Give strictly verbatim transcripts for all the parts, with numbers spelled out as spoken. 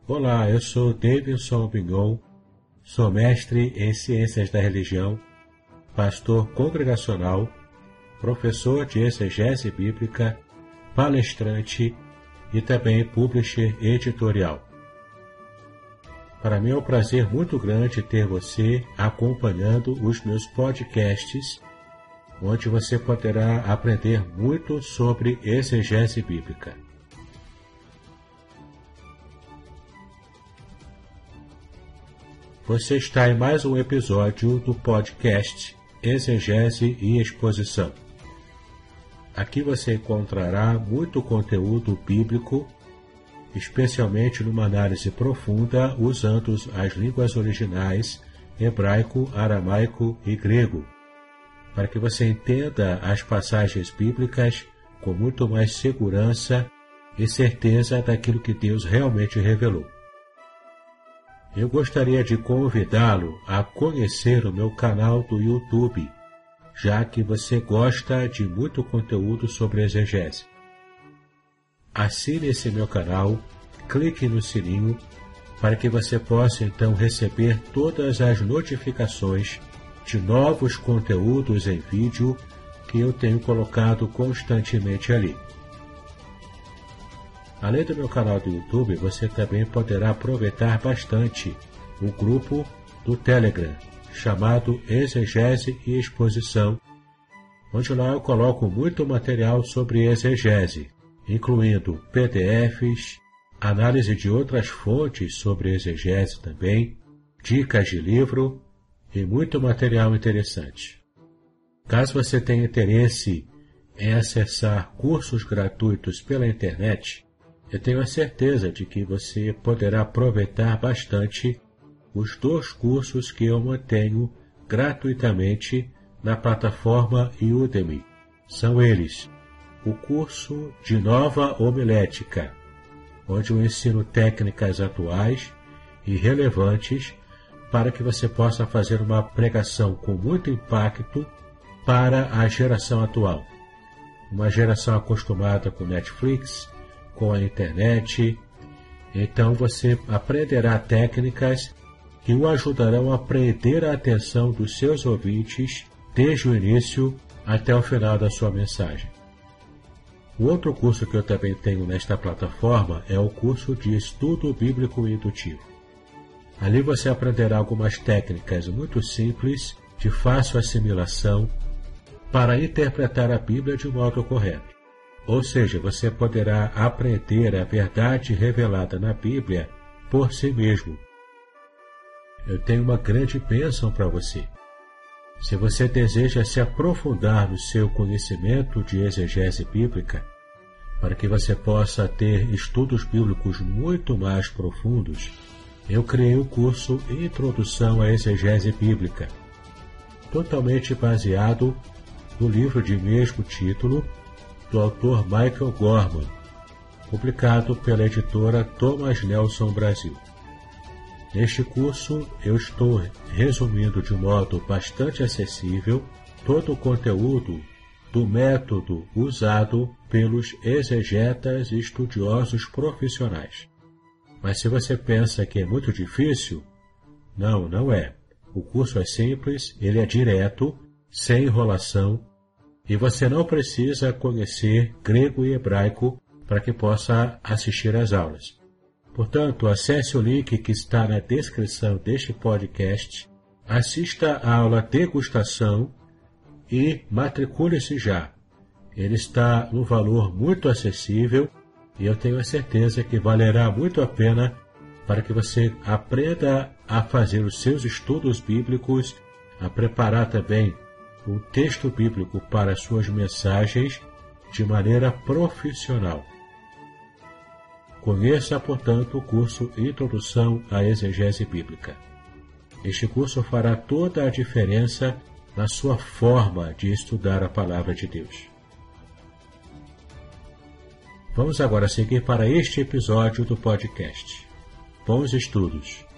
Olá, eu sou Davidson Bignon, sou mestre em Ciências da Religião, pastor congregacional, professor de exegese bíblica, palestrante e também publisher editorial. Para mim é um prazer muito grande ter você acompanhando os meus podcasts, onde você poderá aprender muito sobre exegese bíblica. Você está em mais um episódio do podcast Exegese e Exposição. Aqui você encontrará muito conteúdo bíblico, especialmente numa análise profunda usando as línguas originais hebraico, aramaico e grego, para que você entenda as passagens bíblicas com muito mais segurança e certeza daquilo que Deus realmente revelou. Eu gostaria de convidá-lo a conhecer o meu canal do YouTube, já que você gosta de muito conteúdo sobre exegese. Assine esse meu canal, clique no sininho, para que você possa então receber todas as notificações de novos conteúdos em vídeo que eu tenho colocado constantemente ali. Além do meu canal do YouTube, você também poderá aproveitar bastante o grupo do Telegram, chamado Exegese e Exposição, onde lá eu coloco muito material sobre exegese, incluindo P D Fs, análise de outras fontes sobre exegese também, dicas de livro e muito material interessante. Caso você tenha interesse em acessar cursos gratuitos pela internet, eu tenho a certeza de que você poderá aproveitar bastante os dois cursos que eu mantenho gratuitamente na plataforma Udemy. São eles: o curso de Nova Homilética, onde eu ensino técnicas atuais e relevantes para que você possa fazer uma pregação com muito impacto para a geração atual. Uma geração acostumada com Netflix, com a internet, então você aprenderá técnicas que o ajudarão a prender a atenção dos seus ouvintes desde o início até o final da sua mensagem. O outro curso que eu também tenho nesta plataforma é o curso de Estudo Bíblico Indutivo. Ali você aprenderá algumas técnicas muito simples, de fácil assimilação, para interpretar a Bíblia de um modo correto. Ou seja, você poderá aprender a verdade revelada na Bíblia por si mesmo. Eu tenho uma grande bênção para você. Se você deseja se aprofundar no seu conhecimento de exegese bíblica, para que você possa ter estudos bíblicos muito mais profundos, eu criei o curso Introdução à Exegese Bíblica, totalmente baseado no livro de mesmo título, do autor Michael Gorman, publicado pela editora Thomas Nelson Brasil. Neste curso, eu estou resumindo de modo bastante acessível todo o conteúdo do método usado pelos exegetas e estudiosos profissionais. Mas se você pensa que é muito difícil, não, não é. O curso é simples, ele é direto, sem enrolação, e você não precisa conhecer grego e hebraico para que possa assistir às aulas. Portanto, acesse o link que está na descrição deste podcast, assista a aula degustação e matricule-se já. Ele está num valor muito acessível e eu tenho a certeza que valerá muito a pena para que você aprenda a fazer os seus estudos bíblicos, a preparar também o texto bíblico para as suas mensagens de maneira profissional. Conheça, portanto, o curso Introdução à Exegese Bíblica. Este curso fará toda a diferença na sua forma de estudar a Palavra de Deus. Vamos agora seguir para este episódio do podcast. Bons estudos!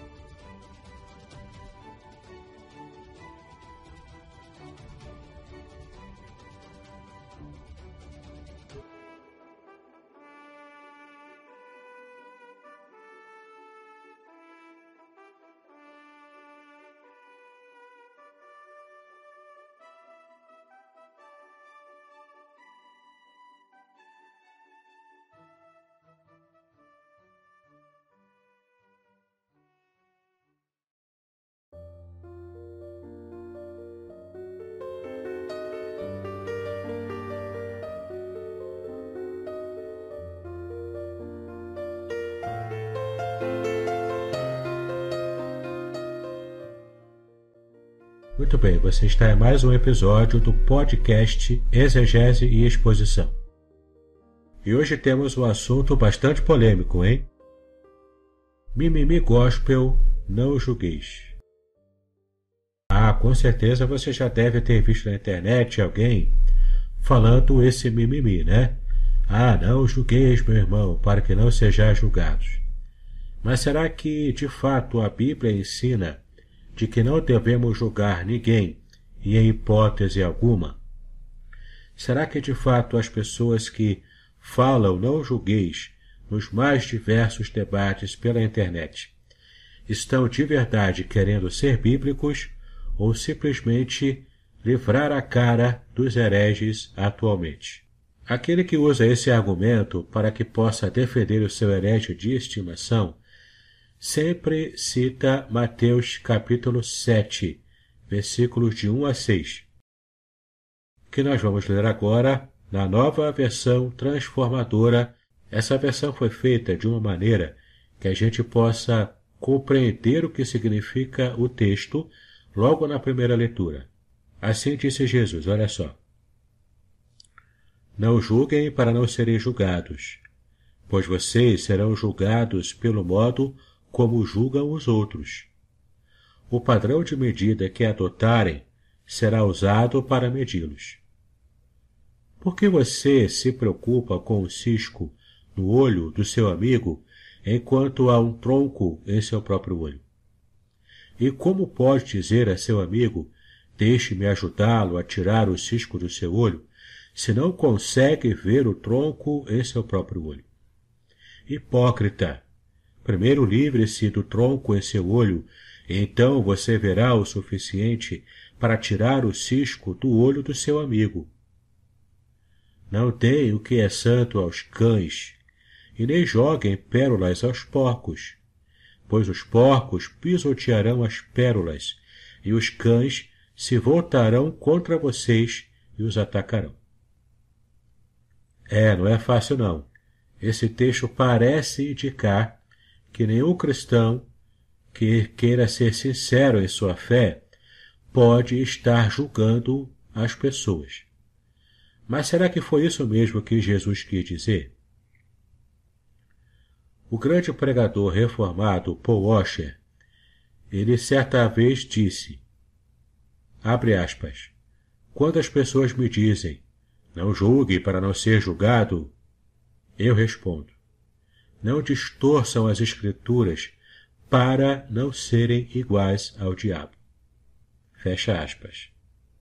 Muito bem, você está em mais um episódio do podcast Exegese e Exposição. E hoje temos um assunto bastante polêmico, hein? Mimimi gospel, não julgueis. Ah, com certeza você já deve ter visto na internet alguém falando esse mimimi, né? Ah, não julgueis, meu irmão, para que não sejais julgados. Mas será que, de fato, a Bíblia ensina de que não devemos julgar ninguém e em hipótese alguma? Será que, de fato, as pessoas que falam não julgueis nos mais diversos debates pela internet estão de verdade querendo ser bíblicos ou simplesmente livrar a cara dos hereges atualmente? Aquele que usa esse argumento para que possa defender o seu herege de estimação sempre cita Mateus capítulo sete, versículos de um a seis, que nós vamos ler agora na nova versão transformadora. Essa versão foi feita de uma maneira que a gente possa compreender o que significa o texto logo na primeira leitura. Assim disse Jesus, olha só. Não julguem para não serem julgados, pois vocês serão julgados pelo modo como julgam os outros. O padrão de medida que adotarem será usado para medi-los. Por que você se preocupa com o cisco no olho do seu amigo, enquanto há um tronco em seu próprio olho? E como pode dizer a seu amigo, deixe-me ajudá-lo a tirar o cisco do seu olho, se não consegue ver o tronco em seu próprio olho? Hipócrita! Primeiro livre-se do tronco em seu olho, e então você verá o suficiente para tirar o cisco do olho do seu amigo. Não deem o que é santo aos cães, e nem joguem pérolas aos porcos, pois os porcos pisotearão as pérolas, e os cães se voltarão contra vocês e os atacarão. É, não é fácil não. Esse texto parece indicar que nenhum cristão que queira ser sincero em sua fé pode estar julgando as pessoas. Mas será que foi isso mesmo que Jesus quis dizer? O grande pregador reformado Paul Washer, ele certa vez disse, abre aspas, quando as pessoas me dizem, não julgue para não ser julgado, eu respondo, não distorçam as Escrituras para não serem iguais ao diabo. Fecha aspas.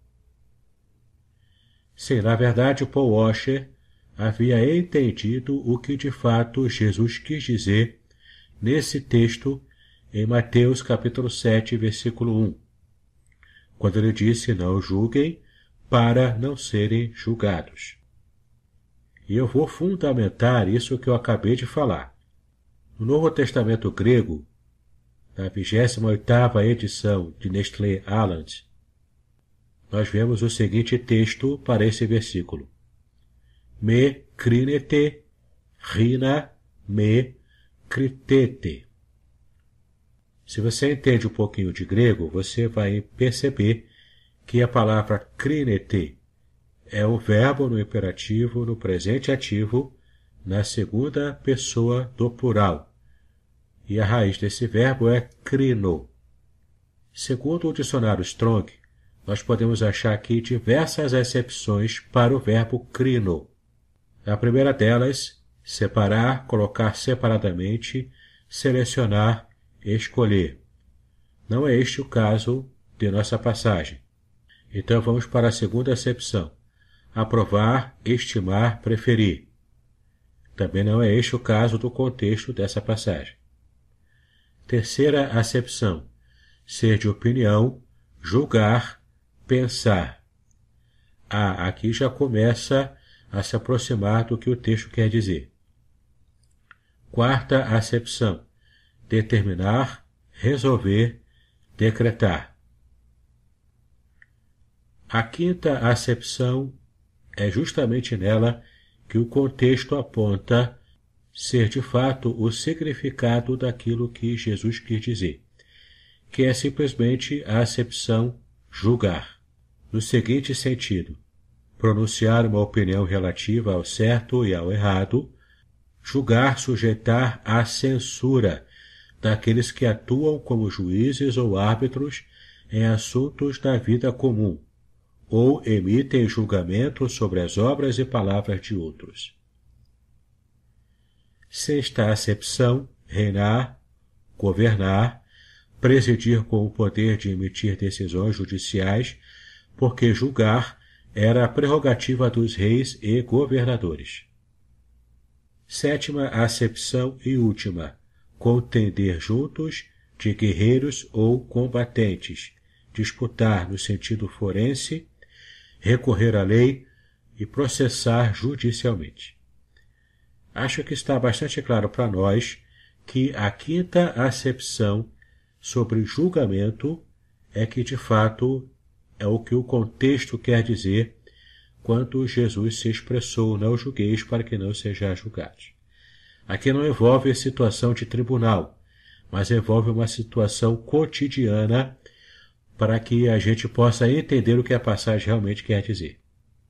Sim, na verdade, Paul Washer havia entendido o que de fato Jesus quis dizer nesse texto em Mateus capítulo sete, versículo um, quando ele disse, não julguem para não serem julgados. E eu vou fundamentar isso que eu acabei de falar. No Novo Testamento grego, na vigésima oitava edição de Nestlé Aland, nós vemos o seguinte texto para esse versículo. Me crinete, rina, me critete. Se você entende um pouquinho de grego, você vai perceber que a palavra crinete é um verbo no imperativo, no presente ativo, na segunda pessoa do plural. E a raiz desse verbo é crino. Segundo o dicionário Strong, nós podemos achar aqui diversas acepções para o verbo crino. A primeira delas, separar, colocar separadamente, selecionar, escolher. Não é este o caso de nossa passagem. Então vamos para a segunda acepção. Aprovar, estimar, preferir. Também não é este o caso do contexto dessa passagem. Terceira acepção. Ser de opinião, julgar, pensar. Ah, aqui já começa a se aproximar do que o texto quer dizer. Quarta acepção. Determinar, resolver, decretar. A quinta acepção é justamente nela que o contexto aponta ser de fato o significado daquilo que Jesus quis dizer, que é simplesmente a acepção julgar, no seguinte sentido: pronunciar uma opinião relativa ao certo e ao errado, julgar, sujeitar à censura daqueles que atuam como juízes ou árbitros em assuntos da vida comum, ou emitem julgamento sobre as obras e palavras de outros. Sexta acepção: reinar, governar, presidir com o poder de emitir decisões judiciais, porque julgar era a prerrogativa dos reis e governadores. Sétima acepção e última: contender juntos, de guerreiros ou combatentes, disputar no sentido forense, recorrer à lei e processar judicialmente. Acho que está bastante claro para nós que a quinta acepção sobre julgamento é que, de fato, é o que o contexto quer dizer quando Jesus se expressou: não julgueis para que não sejais julgados. Aqui não envolve a situação de tribunal, mas envolve uma situação cotidiana para que a gente possa entender o que a passagem realmente quer dizer.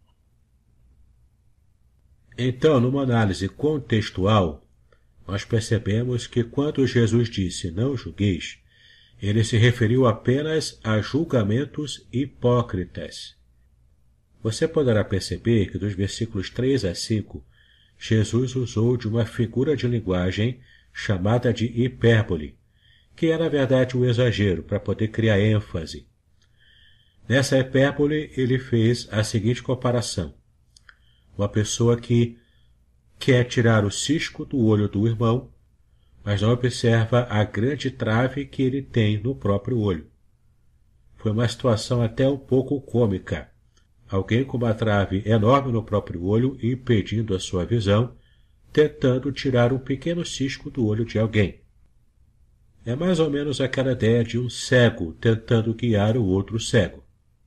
Então, numa análise contextual, nós percebemos que quando Jesus disse não julgueis, ele se referiu apenas a julgamentos hipócritas. Você poderá perceber que dos versículos três a cinco, Jesus usou de uma figura de linguagem chamada de hipérbole, que é na verdade um exagero, para poder criar ênfase. Nessa hipérbole, ele fez a seguinte comparação: uma pessoa que quer tirar o cisco do olho do irmão, mas não observa a grande trave que ele tem no próprio olho. Foi uma situação até um pouco cômica. Alguém com uma trave enorme no próprio olho, impedindo a sua visão, tentando tirar um pequeno cisco do olho de alguém. É mais ou menos aquela ideia de um cego tentando guiar o outro cego.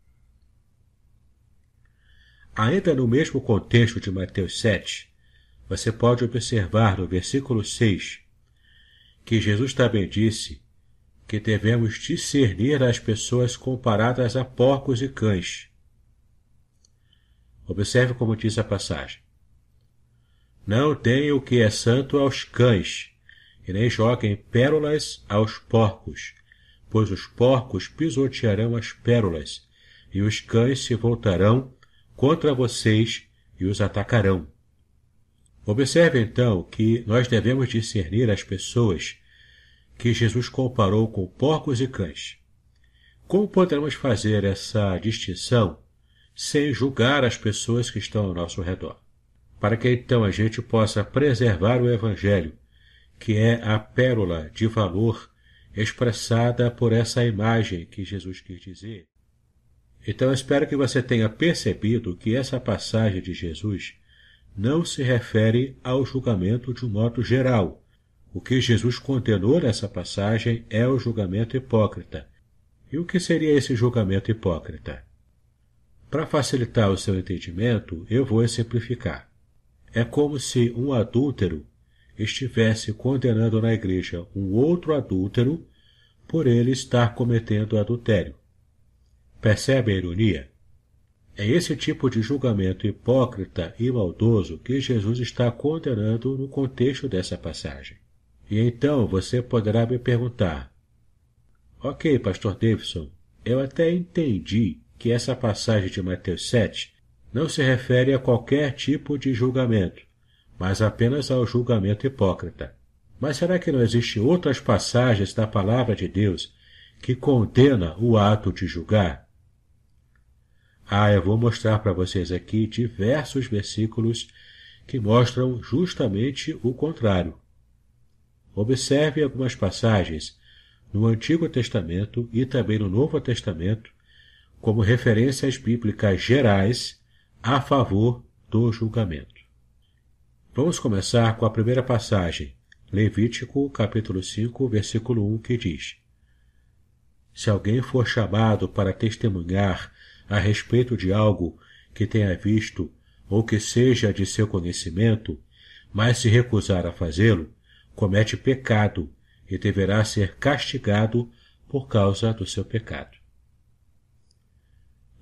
Ainda no mesmo contexto de Mateus sete, você pode observar no versículo seis que Jesus também disse que devemos discernir as pessoas comparadas a porcos e cães. Observe como diz a passagem: não deem o que é santo aos cães, e nem joguem pérolas aos porcos, pois os porcos pisotearão as pérolas, e os cães se voltarão contra vocês e os atacarão. Observe então que nós devemos discernir as pessoas que Jesus comparou com porcos e cães. Como poderemos fazer essa distinção sem julgar as pessoas que estão ao nosso redor? Para que então a gente possa preservar o Evangelho, que é a pérola de valor expressada por essa imagem que Jesus quis dizer. Então eu espero que você tenha percebido que essa passagem de Jesus não se refere ao julgamento de um modo geral. O que Jesus condenou nessa passagem é o julgamento hipócrita. E o que seria esse julgamento hipócrita? Para facilitar o seu entendimento, eu vou simplificar. É como se um adúltero estivesse condenando na igreja um outro adúltero por ele estar cometendo adultério. Percebe a ironia? É esse tipo de julgamento hipócrita e maldoso que Jesus está condenando no contexto dessa passagem. E então você poderá me perguntar: ok, pastor Davidson, eu até entendi que essa passagem de Mateus sete não se refere a qualquer tipo de julgamento, mas apenas ao julgamento hipócrita. Mas será que não existem outras passagens da palavra de Deus que condena o ato de julgar? Ah, eu vou mostrar para vocês aqui diversos versículos que mostram justamente o contrário. Observe algumas passagens no Antigo Testamento e também no Novo Testamento como referências bíblicas gerais a favor do julgamento. Vamos começar com a primeira passagem, Levítico, capítulo cinco, versículo um, que diz: se alguém for chamado para testemunhar a respeito de algo que tenha visto ou que seja de seu conhecimento, mas se recusar a fazê-lo, comete pecado e deverá ser castigado por causa do seu pecado.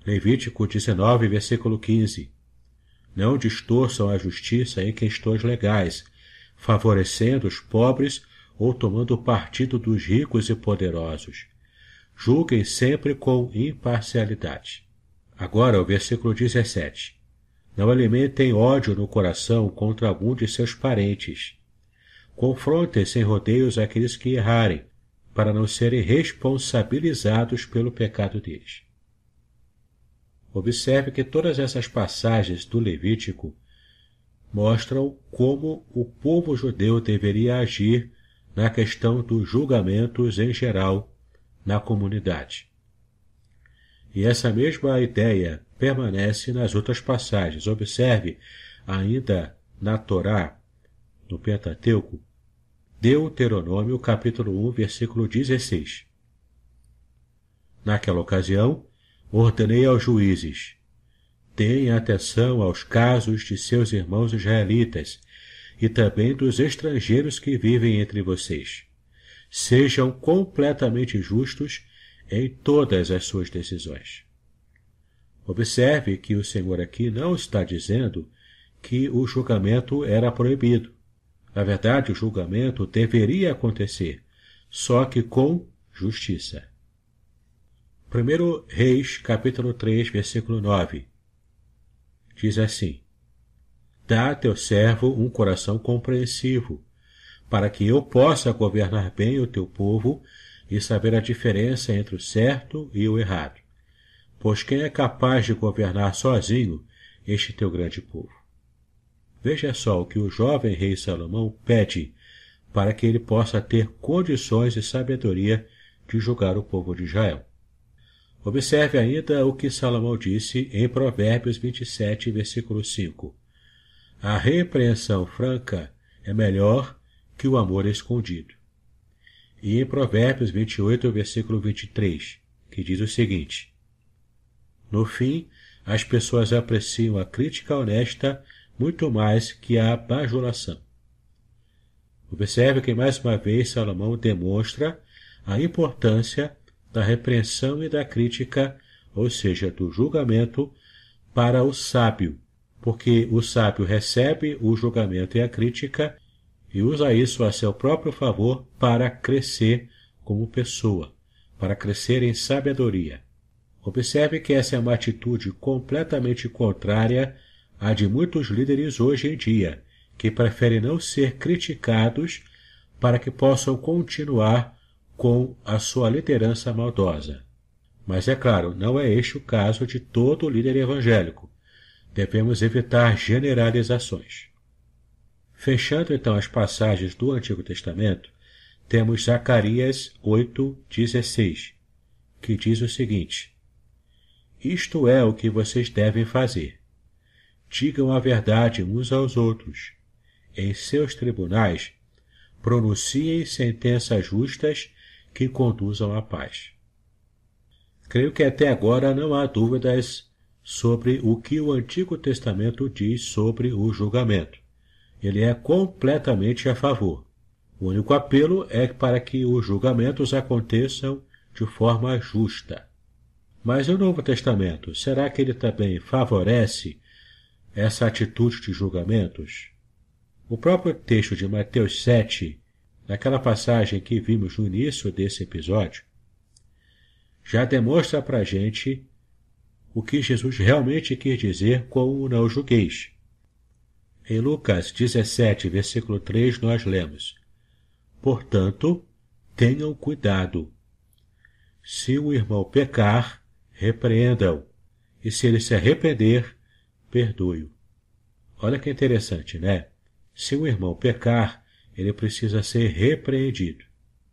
Levítico dezenove, versículo quinze. Não distorçam a justiça em questões legais, favorecendo os pobres ou tomando partido dos ricos e poderosos. Julguem sempre com imparcialidade. Agora o versículo dezessete. Não alimentem ódio no coração contra algum de seus parentes. Confrontem sem rodeios aqueles que errarem, para não serem responsabilizados pelo pecado deles. Observe que todas essas passagens do Levítico mostram como o povo judeu deveria agir na questão dos julgamentos em geral na comunidade. E essa mesma ideia permanece nas outras passagens. Observe, ainda na Torá, no Pentateuco, Deuteronômio, capítulo um, versículo dezesseis. Naquela ocasião, ordenei aos juízes: tenham atenção aos casos de seus irmãos israelitas e também dos estrangeiros que vivem entre vocês. Sejam completamente justos em todas as suas decisões. Observe que o Senhor aqui não está dizendo que o julgamento era proibido. Na verdade, o julgamento deveria acontecer, só que com justiça. primeiro Reis, capítulo três, versículo nove. Diz assim: dá a teu servo um coração compreensivo, para que eu possa governar bem o teu povo e saber a diferença entre o certo e o errado. Pois quem é capaz de governar sozinho este teu grande povo? Veja só o que o jovem rei Salomão pede para que ele possa ter condições e sabedoria de julgar o povo de Israel. Observe ainda o que Salomão disse em Provérbios vinte e sete, versículo cinco. A repreensão franca é melhor que o amor escondido. E em Provérbios vinte e oito, versículo vinte e três, que diz o seguinte: no fim, as pessoas apreciam a crítica honesta muito mais que a bajulação. Observe que mais uma vez Salomão demonstra a importância da repreensão e da crítica, ou seja, do julgamento, para o sábio, porque o sábio recebe o julgamento e a crítica e usa isso a seu próprio favor para crescer como pessoa, para crescer em sabedoria. Observe que essa é uma atitude completamente contrária à de muitos líderes hoje em dia, que preferem não ser criticados para que possam continuar com a sua liderança maldosa. Mas é claro, não é este o caso de todo líder evangélico. Devemos evitar generalizações. Fechando então as passagens do Antigo Testamento, temos Zacarias oito, dezesseis, que diz o seguinte: isto é o que vocês devem fazer. Digam a verdade uns aos outros. Em seus tribunais, pronunciem sentenças justas que conduzam à paz. Creio que até agora não há dúvidas sobre o que o Antigo Testamento diz sobre o julgamento. Ele é completamente a favor. O único apelo é para que os julgamentos aconteçam de forma justa. Mas o Novo Testamento, será que ele também favorece essa atitude de julgamentos? O próprio texto de Mateus sete, naquela passagem que vimos no início desse episódio, já demonstra para a gente o que Jesus realmente quis dizer com o não julgueis. Em Lucas dezessete, versículo três, nós lemos: portanto, tenham cuidado. Se o irmão pecar, repreenda-o, e se ele se arrepender, perdoe-o. Olha que interessante, né? Se o irmão pecar, ele precisa ser repreendido.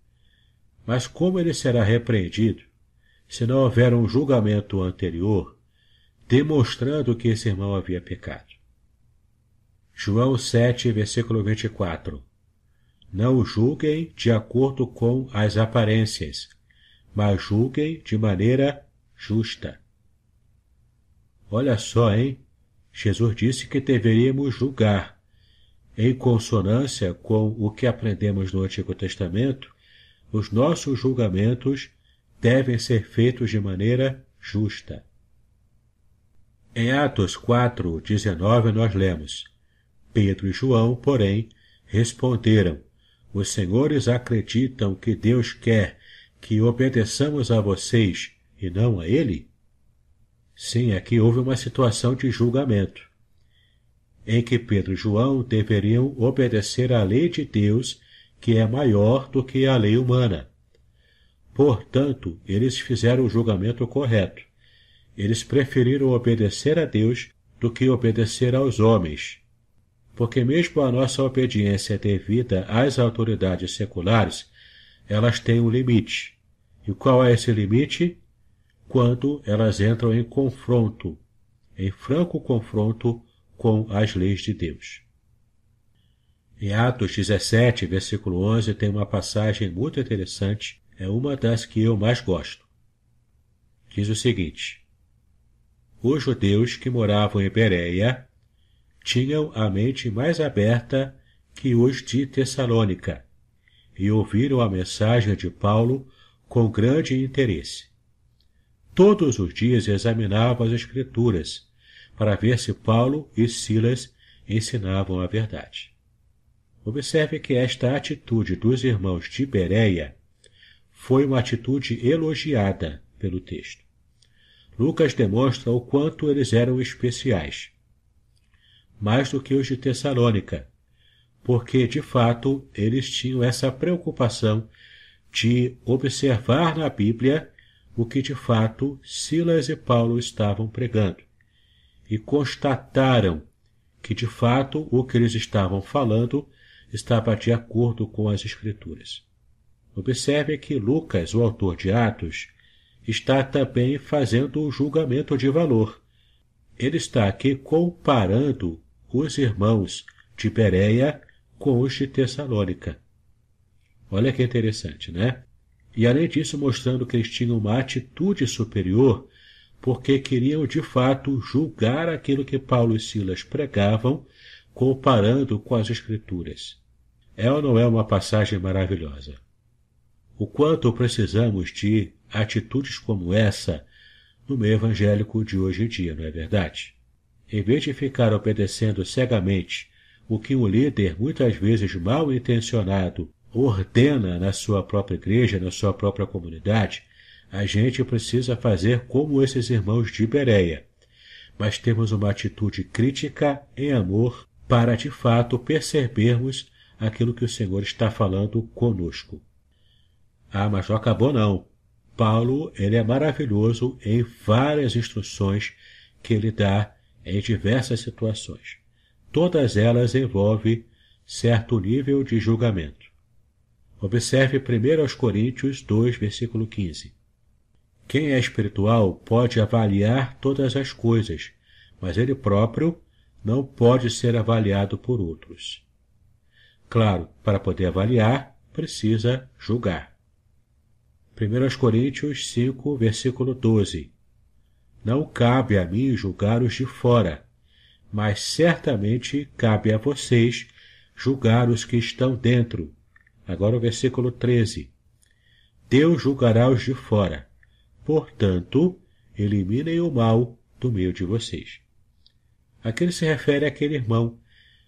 Mas como ele será repreendido se não houver um julgamento anterior demonstrando que esse irmão havia pecado? João sete, versículo vinte e quatro. Não julguem de acordo com as aparências, mas julguem de maneira justa. Olha só, hein? Jesus disse que deveríamos julgar. Em consonância com o que aprendemos no Antigo Testamento, os nossos julgamentos devem ser feitos de maneira justa. Em Atos quatro, dezenove, nós lemos: Pedro e João, porém, responderam: os senhores acreditam que Deus quer que obedeçamos a vocês e não a ele? Sim, aqui houve uma situação de julgamento, em que Pedro e João deveriam obedecer à lei de Deus, que é maior do que a lei humana. Portanto, eles fizeram o julgamento correto. Eles preferiram obedecer a Deus do que obedecer aos homens. Porque mesmo a nossa obediência devida às autoridades seculares, elas têm um limite. E qual é esse limite? Quando elas entram em confronto, em franco confronto com as leis de Deus. Em Atos dezessete, versículo onze, tem uma passagem muito interessante, é uma das que eu mais gosto. Diz o seguinte: os judeus que moravam em Bereia tinham a mente mais aberta que os de Tessalônica, e ouviram a mensagem de Paulo com grande interesse. Todos os dias examinavam as Escrituras, para ver se Paulo e Silas ensinavam a verdade. Observe que esta atitude dos irmãos de Bereia foi uma atitude elogiada pelo texto. Lucas demonstra o quanto eles eram especiais, mais do que os de Tessalônica, porque, de fato, eles tinham essa preocupação de observar na Bíblia o que, de fato, Silas e Paulo estavam pregando, e constataram que, de fato, o que eles estavam falando estava de acordo com as Escrituras. Observe que Lucas, o autor de Atos, está também fazendo o julgamento de valor. Ele está aqui comparando os irmãos de Bereia com os de Tessalônica. Olha que interessante, né? E além disso, mostrando que eles tinham uma atitude superior, porque queriam de fato julgar aquilo que Paulo e Silas pregavam, comparando com as Escrituras. É ou não é uma passagem maravilhosa? O quanto precisamos de atitudes como essa no meio evangélico de hoje em dia, não é verdade? Em vez de ficar obedecendo cegamente o que um líder, muitas vezes mal intencionado, ordena na sua própria igreja, na sua própria comunidade, a gente precisa fazer como esses irmãos de Bereia. Mas temos uma atitude crítica em amor para, de fato, percebermos aquilo que o Senhor está falando conosco. Ah, mas não acabou não. Paulo, ele é maravilhoso em várias instruções que ele dá em diversas situações. Todas elas envolvem certo nível de julgamento. Observe primeiro aos Coríntios dois, versículo quinze. Quem é espiritual pode avaliar todas as coisas, mas ele próprio não pode ser avaliado por outros. Claro, para poder avaliar, precisa julgar. primeiro Coríntios cinco, versículo doze. Não cabe a mim julgar os de fora, mas certamente cabe a vocês julgar os que estão dentro. Agora o versículo treze. Deus julgará os de fora. Portanto, eliminem o mal do meio de vocês. Aqui ele se refere àquele irmão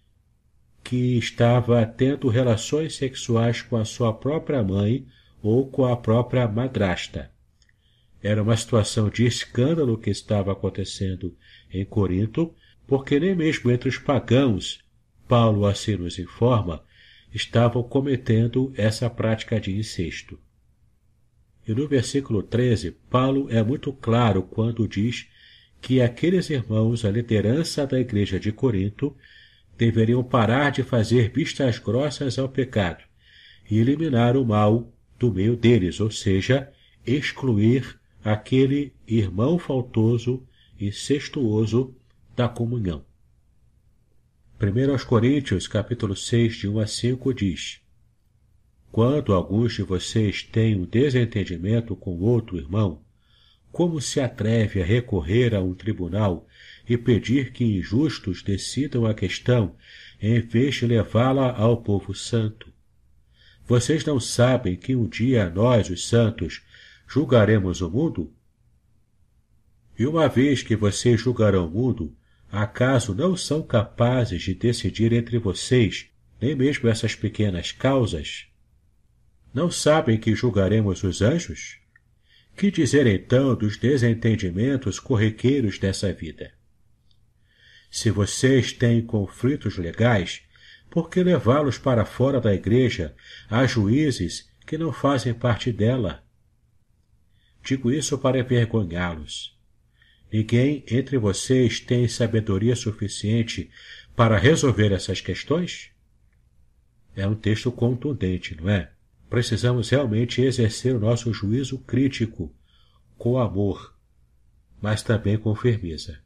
que estava tendo relações sexuais com a sua própria mãe ou com a própria madrasta. Era uma situação de escândalo que estava acontecendo em Corinto, porque nem mesmo entre os pagãos, Paulo assim nos informa, estavam cometendo essa prática de incesto. E no versículo treze, Paulo é muito claro quando diz que aqueles irmãos, a liderança da igreja de Corinto, deveriam parar de fazer vistas grossas ao pecado e eliminar o mal do meio deles, ou seja, excluir aquele irmão faltoso e incestuoso da comunhão. primeiro Coríntios, capítulo seis, de um a cinco, diz: Quando alguns de vocês têm um desentendimento com outro irmão, como se atreve a recorrer a um tribunal e pedir que injustos decidam a questão, em vez de levá-la ao povo santo? Vocês não sabem que um dia nós, os santos, julgaremos o mundo? E uma vez que vocês julgarão o mundo, acaso não são capazes de decidir entre vocês, nem mesmo essas pequenas causas? Não sabem que julgaremos os anjos? Que dizer então dos desentendimentos corriqueiros dessa vida? Se vocês têm conflitos legais, por que levá-los para fora da igreja a juízes que não fazem parte dela? Digo isso para envergonhá-los. Ninguém entre vocês tem sabedoria suficiente para resolver essas questões? É um texto contundente, não é? Precisamos realmente exercer o nosso juízo crítico com amor, mas também com firmeza.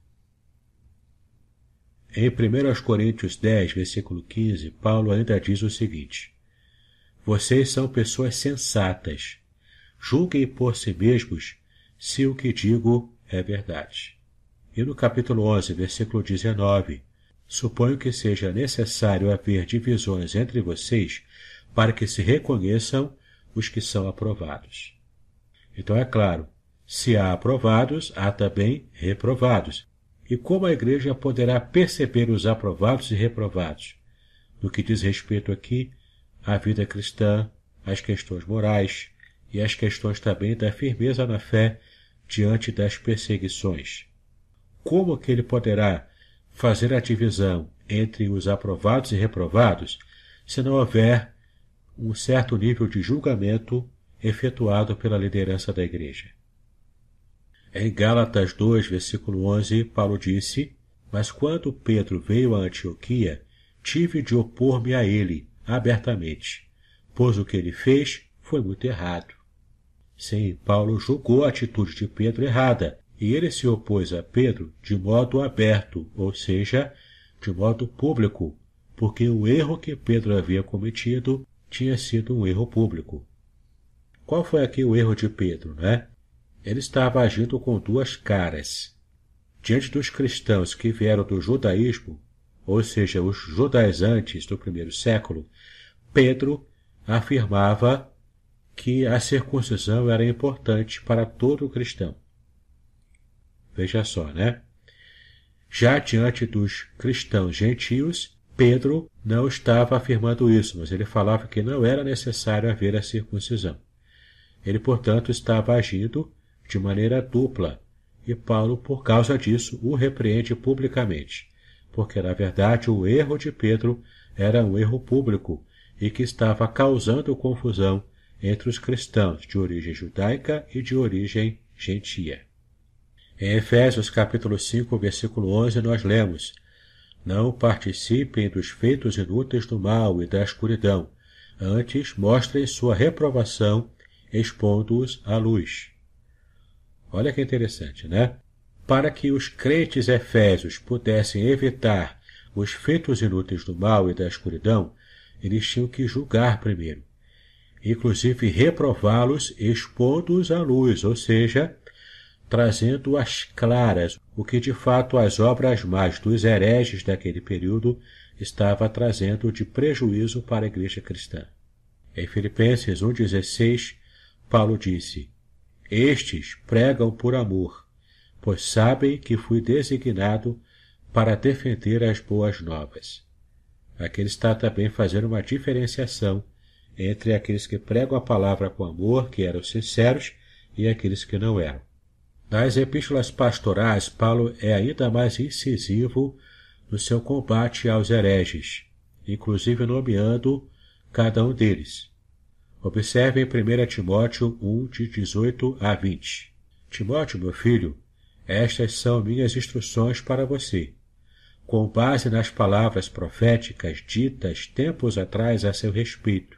Em primeira Coríntios dez, versículo quinze, Paulo ainda diz o seguinte: vocês são pessoas sensatas. Julguem por si mesmos se o que digo é verdade. E no capítulo onze, versículo dezenove, suponho que seja necessário haver divisões entre vocês para que se reconheçam os que são aprovados. Então, é claro, se há aprovados, há também reprovados. E como a igreja poderá perceber os aprovados e reprovados? No que diz respeito aqui à vida cristã, às questões morais e às questões também da firmeza na fé diante das perseguições. Como que ele poderá fazer a divisão entre os aprovados e reprovados se não houver um certo nível de julgamento efetuado pela liderança da igreja? Em Gálatas dois, versículo onze, Paulo disse: mas quando Pedro veio a Antioquia, tive de opor-me a ele abertamente, pois o que ele fez foi muito errado. Sim, Paulo julgou a atitude de Pedro errada, e ele se opôs a Pedro de modo aberto, ou seja, de modo público, porque o erro que Pedro havia cometido tinha sido um erro público. Qual foi aqui o erro de Pedro, né? Ele estava agindo com duas caras. Diante dos cristãos que vieram do judaísmo, ou seja, os judaizantes do primeiro século, Pedro afirmava que a circuncisão era importante para todo cristão. Veja só, né? Já diante dos cristãos gentios, Pedro não estava afirmando isso, mas ele falava que não era necessário haver a circuncisão. Ele, portanto, estava agindo de maneira dupla, e Paulo, por causa disso, o repreende publicamente, porque, na verdade, o erro de Pedro era um erro público e que estava causando confusão entre os cristãos de origem judaica e de origem gentia. Em Efésios capítulo cinco, versículo onze, nós lemos: não participem dos feitos inúteis do mal e da escuridão, antes mostrem sua reprovação, expondo-os à luz. Olha que interessante, né? Para que os crentes efésios pudessem evitar os feitos inúteis do mal e da escuridão, eles tinham que julgar primeiro, inclusive reprová-los, expondo-os à luz, ou seja, trazendo às claras o que de fato as obras más dos hereges daquele período estava trazendo de prejuízo para a igreja cristã. Em Filipenses um, dezesseis, Paulo disse: estes pregam por amor, pois sabem que fui designado para defender as boas novas. Aqui ele está também fazendo uma diferenciação entre aqueles que pregam a palavra com amor, que eram sinceros, e aqueles que não eram. Nas epístolas pastorais, Paulo é ainda mais incisivo no seu combate aos hereges, inclusive nomeando cada um deles. Observe em primeira Timóteo um, de dezoito a vinte. Timóteo, meu filho, estas são minhas instruções para você, com base nas palavras proféticas ditas tempos atrás a seu respeito,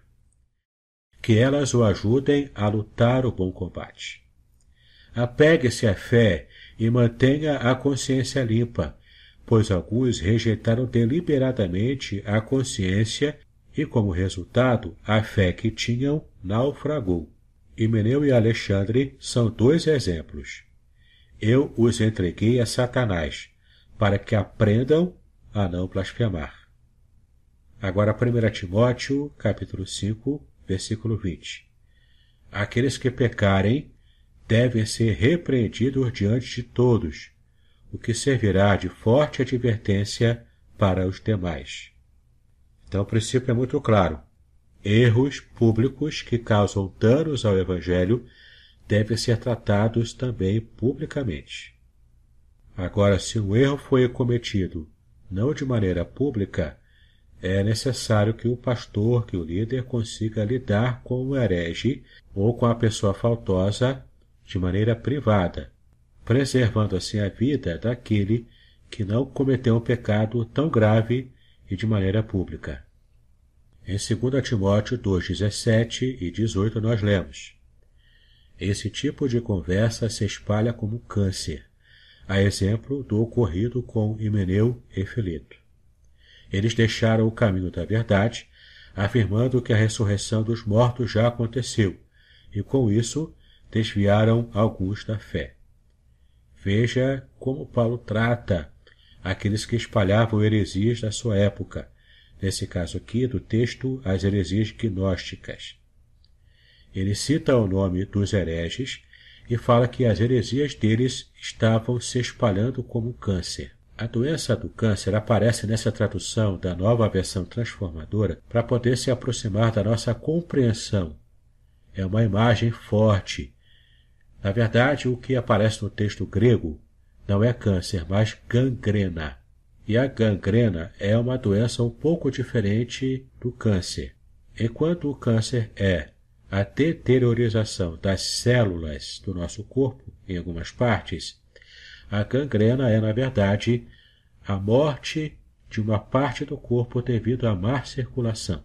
que elas o ajudem a lutar o bom combate. Apegue-se à fé e mantenha a consciência limpa, pois alguns rejeitaram deliberadamente a consciência e, como resultado, a fé que tinham naufragou. Himeneu e Alexandre são dois exemplos. Eu os entreguei a Satanás, para que aprendam a não blasfemar. Agora, primeira Timóteo, capítulo cinco, versículo vinte. Aqueles que pecarem devem ser repreendidos diante de todos, o que servirá de forte advertência para os demais. Então o princípio é muito claro. Erros públicos que causam danos ao Evangelho devem ser tratados também publicamente. Agora, se um erro foi cometido não de maneira pública, é necessário que o pastor, que o líder, consiga lidar com o herege ou com a pessoa faltosa de maneira privada, preservando assim a vida daquele que não cometeu um pecado tão grave e de maneira pública. Em dois Timóteo dois, dezessete e dezoito nós lemos: esse tipo de conversa se espalha como câncer, a exemplo do ocorrido com Himeneu e Fileto. Eles deixaram o caminho da verdade, afirmando que a ressurreição dos mortos já aconteceu, e com isso desviaram alguns da fé. Veja como Paulo trata aqueles que espalhavam heresias da sua época, nesse caso aqui do texto, as heresias gnósticas. Ele cita o nome dos hereges e fala que as heresias deles estavam se espalhando como câncer. A doença do câncer aparece nessa tradução da Nova Versão Transformadora para poder se aproximar da nossa compreensão. É uma imagem forte. Na verdade, o que aparece no texto grego não é câncer, mas gangrena. E a gangrena é uma doença um pouco diferente do câncer. Enquanto o câncer é a deteriorização das células do nosso corpo, em algumas partes, a gangrena é, na verdade, a morte de uma parte do corpo devido à má circulação.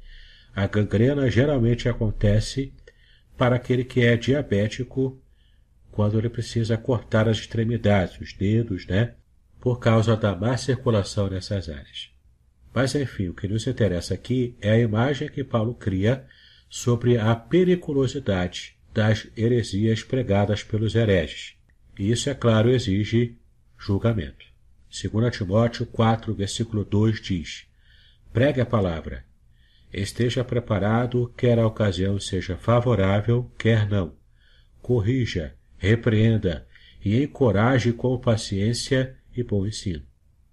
A gangrena geralmente acontece para aquele que é diabético, quando ele precisa cortar as extremidades, os dedos, né? Por causa da má circulação nessas áreas. Mas, enfim, o que nos interessa aqui é a imagem que Paulo cria sobre a periculosidade das heresias pregadas pelos hereges. E isso, é claro, exige julgamento. dois Timóteo quatro, versículo dois diz: pregue a palavra. Esteja preparado, quer a ocasião seja favorável, quer não. Corrija, repreenda e encoraje com paciência e bom ensino.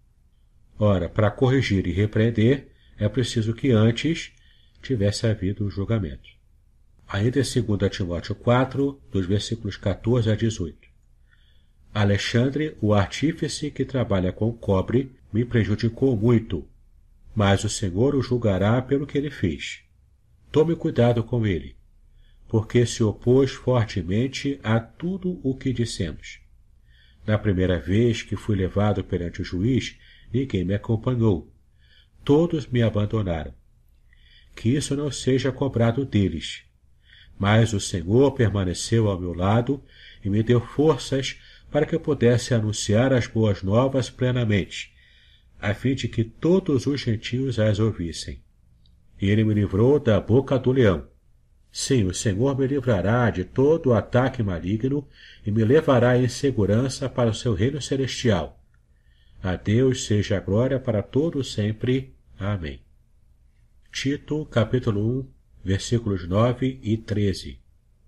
Ora, para corrigir e repreender, é preciso que antes tivesse havido o julgamento. Ainda em dois Timóteo quatro, dos versículos quatorze a dezoito. Alexandre, o artífice que trabalha com cobre, me prejudicou muito, mas o Senhor o julgará pelo que ele fez. Tome cuidado com ele, porque se opôs fortemente a tudo o que dissemos. Na primeira vez que fui levado perante o juiz, ninguém me acompanhou. Todos me abandonaram. Que isso não seja cobrado deles. Mas o Senhor permaneceu ao meu lado e me deu forças para que eu pudesse anunciar as boas novas plenamente, a fim de que todos os gentios as ouvissem. E ele me livrou da boca do leão. Sim, o Senhor me livrará de todo o ataque maligno e me levará em segurança para o seu reino celestial. A Deus seja a glória para todos sempre. Amém. Tito, capítulo um, versículos nove e treze.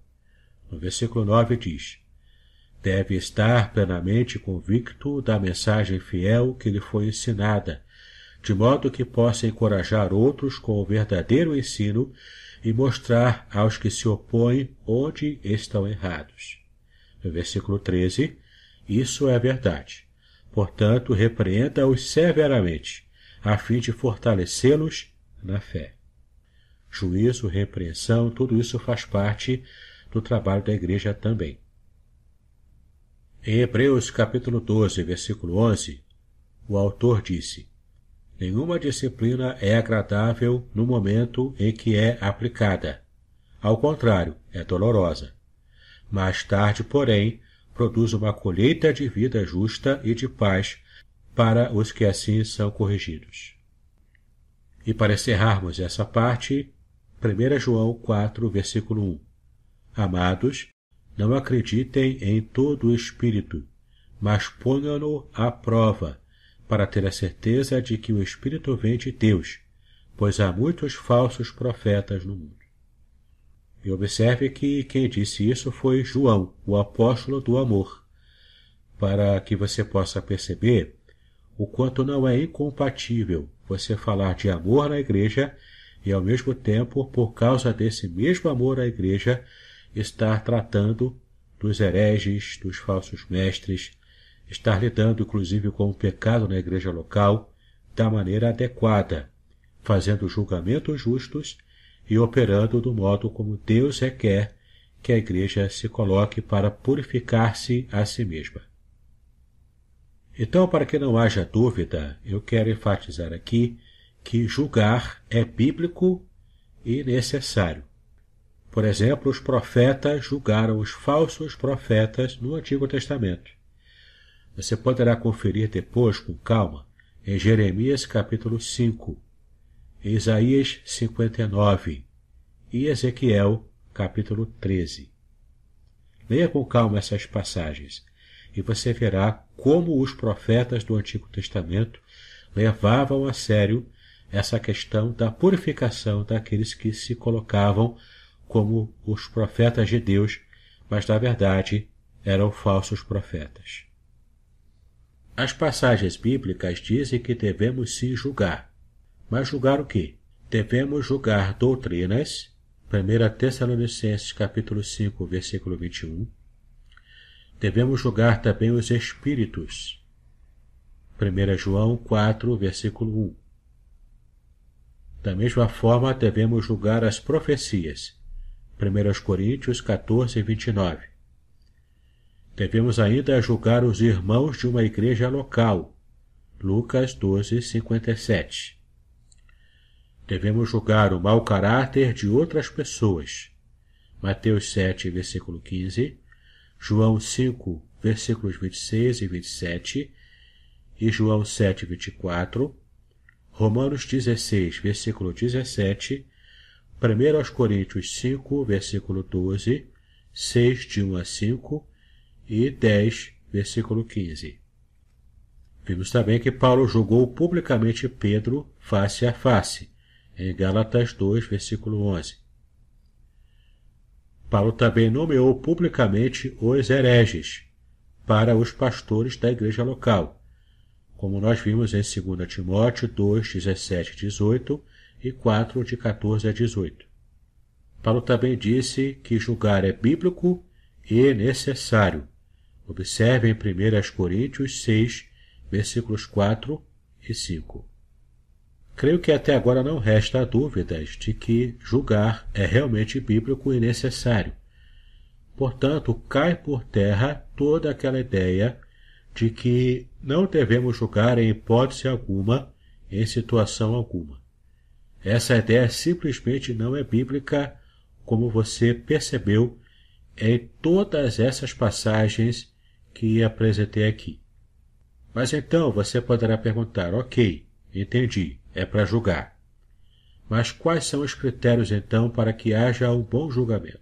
No versículo nove diz: deve estar plenamente convicto da mensagem fiel que lhe foi ensinada, de modo que possa encorajar outros com o verdadeiro ensino e mostrar aos que se opõem onde estão errados. No versículo treze, isso é verdade. Portanto, repreenda-os severamente, a fim de fortalecê-los na fé. Juízo, repreensão, tudo isso faz parte do trabalho da igreja também. Em Hebreus capítulo doze, versículo onze, o autor disse: nenhuma disciplina é agradável no momento em que é aplicada. Ao contrário, é dolorosa. Mais tarde, porém, produz uma colheita de vida justa e de paz para os que assim são corrigidos. E para encerrarmos essa parte, primeiro João quatro, versículo um. Amados, não acreditem em todo o Espírito, mas ponham-no à prova, para ter a certeza de que o Espírito vem de Deus, pois há muitos falsos profetas no mundo. E observe que quem disse isso foi João, o apóstolo do amor, para que você possa perceber o quanto não é incompatível você falar de amor na igreja e, ao mesmo tempo, por causa desse mesmo amor à igreja, estar tratando dos hereges, dos falsos mestres, estar lidando, inclusive, com o pecado na igreja local da maneira adequada, fazendo julgamentos justos e operando do modo como Deus requer que a igreja se coloque para purificar-se a si mesma. Então, para que não haja dúvida, eu quero enfatizar aqui que julgar é bíblico e necessário. Por exemplo, os profetas julgaram os falsos profetas no Antigo Testamento. Você poderá conferir depois com calma em Jeremias capítulo cinco, em Isaías cinquenta e nove e Ezequiel capítulo treze. Leia com calma essas passagens e você verá como os profetas do Antigo Testamento levavam a sério essa questão da purificação daqueles que se colocavam como os profetas de Deus, mas na verdade eram falsos profetas. As passagens bíblicas dizem que devemos sim julgar. Mas julgar o quê? Devemos julgar doutrinas, primeira Tessalonicenses capítulo cinco, versículo vinte e um. Devemos julgar também os espíritos, primeira João quatro, versículo um. Da mesma forma, devemos julgar as profecias, primeira Coríntios quatorze, vinte e nove. Devemos ainda julgar os irmãos de uma igreja local, Lucas doze, cinquenta e sete. Devemos julgar o mau caráter de outras pessoas, Mateus sete, versículo quinze, João cinco, versículos vinte e seis e vinte e sete, e João sete, vinte e quatro, Romanos dezesseis, versículo dezessete, primeira Coríntios cinco, versículo doze, seis, de um a cinco, e dez, versículo quinze. Vimos também que Paulo julgou publicamente Pedro face a face, em Gálatas dois, versículo onze. Paulo também nomeou publicamente os hereges para os pastores da igreja local, como nós vimos em segunda Timóteo dois, dezessete e dezoito e quatro, de quatorze a dezoito. Paulo também disse que julgar é bíblico e necessário. Observe em primeira Coríntios seis, versículos quatro e cinco. Creio que até agora não resta dúvidas de que julgar é realmente bíblico e necessário. Portanto, cai por terra toda aquela ideia de que não devemos julgar em hipótese alguma, em situação alguma. Essa ideia simplesmente não é bíblica, como você percebeu em todas essas passagens que apresentei aqui. Mas então você poderá perguntar, ok, entendi, é para julgar. Mas quais são os critérios então para que haja um bom julgamento?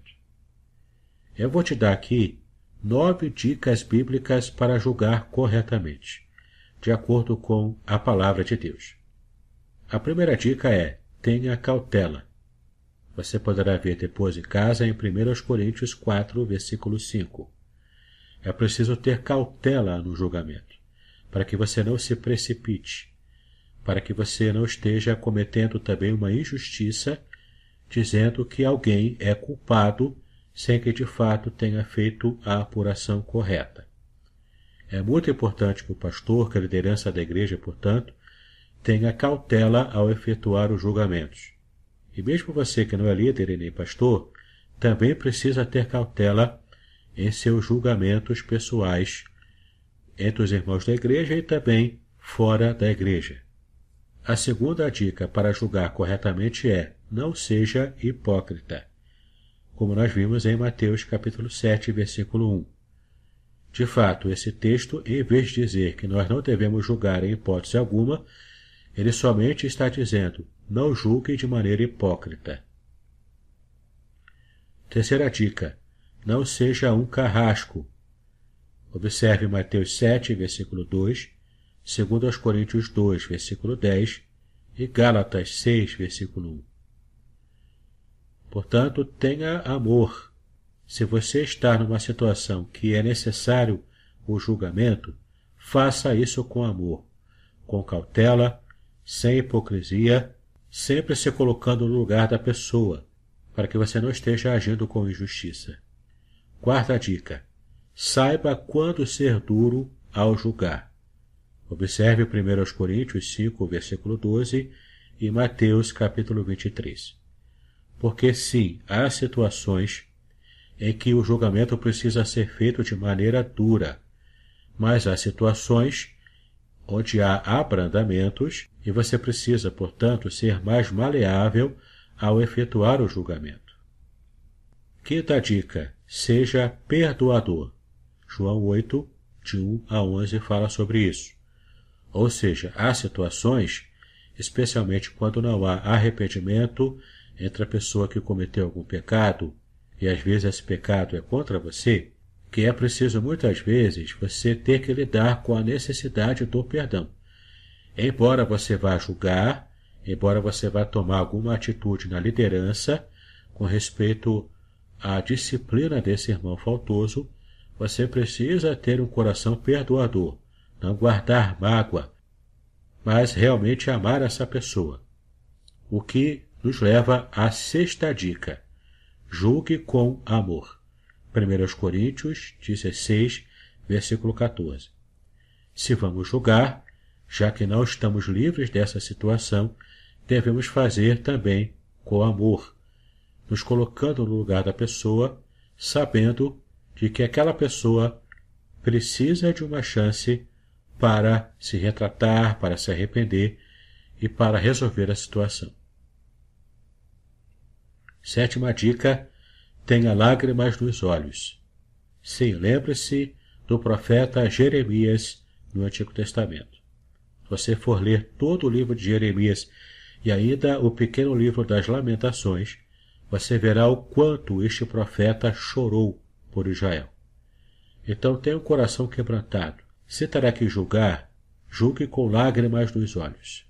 Eu vou te dar aqui nove dicas bíblicas para julgar corretamente, de acordo com a palavra de Deus. A primeira dica é, tenha cautela. Você poderá ver depois em casa em primeira Coríntios quatro, versículo cinco. É preciso ter cautela no julgamento, para que você não se precipite, para que você não esteja cometendo também uma injustiça, dizendo que alguém é culpado sem que de fato tenha feito a apuração correta. É muito importante que o pastor, que a liderança da igreja, portanto, tenha cautela ao efetuar os julgamentos. E mesmo você que não é líder e nem pastor, também precisa ter cautela em seus julgamentos pessoais entre os irmãos da igreja e também fora da igreja. A segunda dica para julgar corretamente é, não seja hipócrita, como nós vimos em Mateus capítulo sete, versículo um. De fato, esse texto, em vez de dizer que nós não devemos julgar em hipótese alguma, ele somente está dizendo, não julgue de maneira hipócrita. Terceira dica, não seja um carrasco. Observe Mateus sete, versículo dois, dois Coríntios dois, versículo dez e Gálatas seis, versículo um. Portanto, tenha amor. Se você está numa situação que é necessário o julgamento, faça isso com amor, com cautela, sem hipocrisia, sempre se colocando no lugar da pessoa, para que você não esteja agindo com injustiça. Quarta dica: saiba quando ser duro ao julgar. Observe primeiro Coríntios cinco, versículo doze e Mateus capítulo vinte e três. Porque sim, há situações em que o julgamento precisa ser feito de maneira dura, mas há situações onde há abrandamentos e você precisa, portanto, ser mais maleável ao efetuar o julgamento. Quinta dica: seja perdoador. João oito, de um a onze, fala sobre isso. Ou seja, há situações, especialmente quando não há arrependimento entre a pessoa que cometeu algum pecado, e às vezes esse pecado é contra você, que é preciso muitas vezes você ter que lidar com a necessidade do perdão. Embora você vá julgar, embora você vá tomar alguma atitude na liderança com respeito à disciplina desse irmão faltoso, você precisa ter um coração perdoador, não guardar mágoa, mas realmente amar essa pessoa. O que nos leva à sexta dica: julgue com amor. primeira Coríntios dezesseis, versículo quatorze. Se vamos julgar, já que não estamos livres dessa situação, devemos fazer também com amor, nos colocando no lugar da pessoa, sabendo de que aquela pessoa precisa de uma chance para se retratar, para se arrepender e para resolver a situação. Sétima dica: tenha lágrimas nos olhos. Sim, lembre-se do profeta Jeremias no Antigo Testamento. Se você for ler todo o livro de Jeremias e ainda o pequeno livro das Lamentações, você verá o quanto este profeta chorou por Israel. Então tenha um coração quebrantado. Se terá que julgar, julgue com lágrimas nos olhos.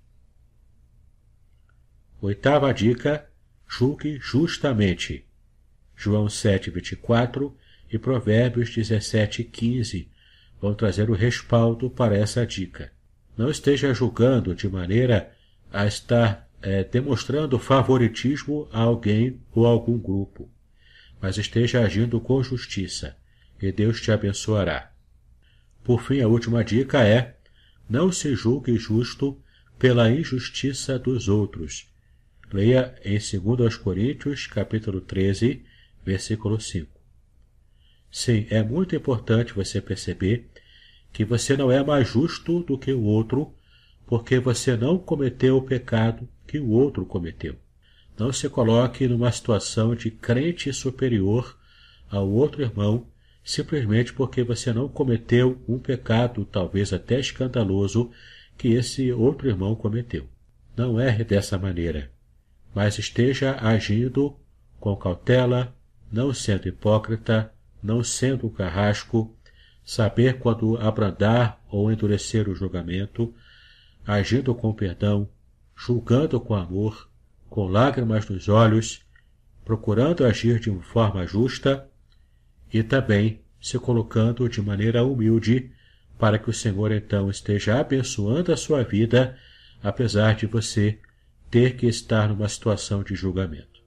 Oitava dica: julgue justamente. João sete, vinte e quatro e Provérbios dezessete, quinze vão trazer o respaldo para essa dica. Não esteja julgando de maneira a estar é, demonstrando favoritismo a alguém ou a algum grupo, mas esteja agindo com justiça, e Deus te abençoará. Por fim, a última dica é: não se julgue justo pela injustiça dos outros. Leia em dois Coríntios, capítulo treze, versículo cinco. Sim, é muito importante você perceber que você não é mais justo do que o outro, porque você não cometeu o pecado que o outro cometeu. Não se coloque numa situação de crente superior ao outro irmão, simplesmente porque você não cometeu um pecado, talvez até escandaloso, que esse outro irmão cometeu. Não erre dessa maneira, mas esteja agindo com cautela, não sendo hipócrita, não sendo um carrasco, saber quando abrandar ou endurecer o julgamento, agindo com perdão, julgando com amor, com lágrimas nos olhos, procurando agir de uma forma justa e também se colocando de maneira humilde para que o Senhor então esteja abençoando a sua vida, apesar de você ter que estar numa situação de julgamento.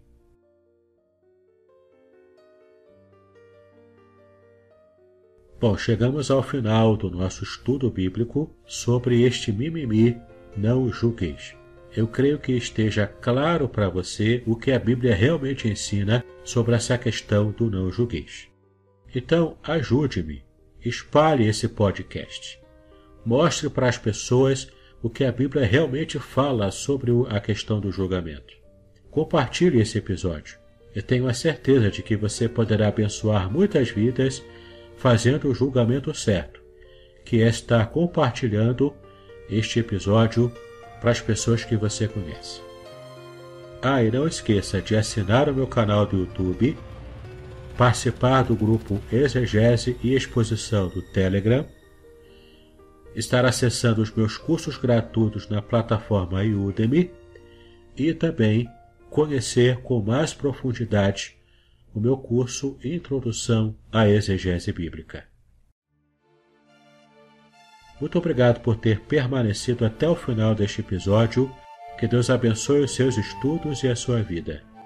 Bom, chegamos ao final do nosso estudo bíblico sobre este mimimi, não julgueis. Eu creio que esteja claro para você o que a Bíblia realmente ensina sobre essa questão do não julgueis. Então, ajude-me, espalhe esse podcast. Mostre para as pessoas o que a Bíblia realmente fala sobre a questão do julgamento. Compartilhe esse episódio. Eu tenho a certeza de que você poderá abençoar muitas vidas fazendo o julgamento certo, que é estar compartilhando este episódio para as pessoas que você conhece. Ah, e não esqueça de assinar o meu canal do YouTube, participar do grupo Exegese e Exposição do Telegram, estar acessando os meus cursos gratuitos na plataforma Udemy e também conhecer com mais profundidade o meu curso Introdução à Exegese Bíblica. Muito obrigado por ter permanecido até o final deste episódio. Que Deus abençoe os seus estudos e a sua vida.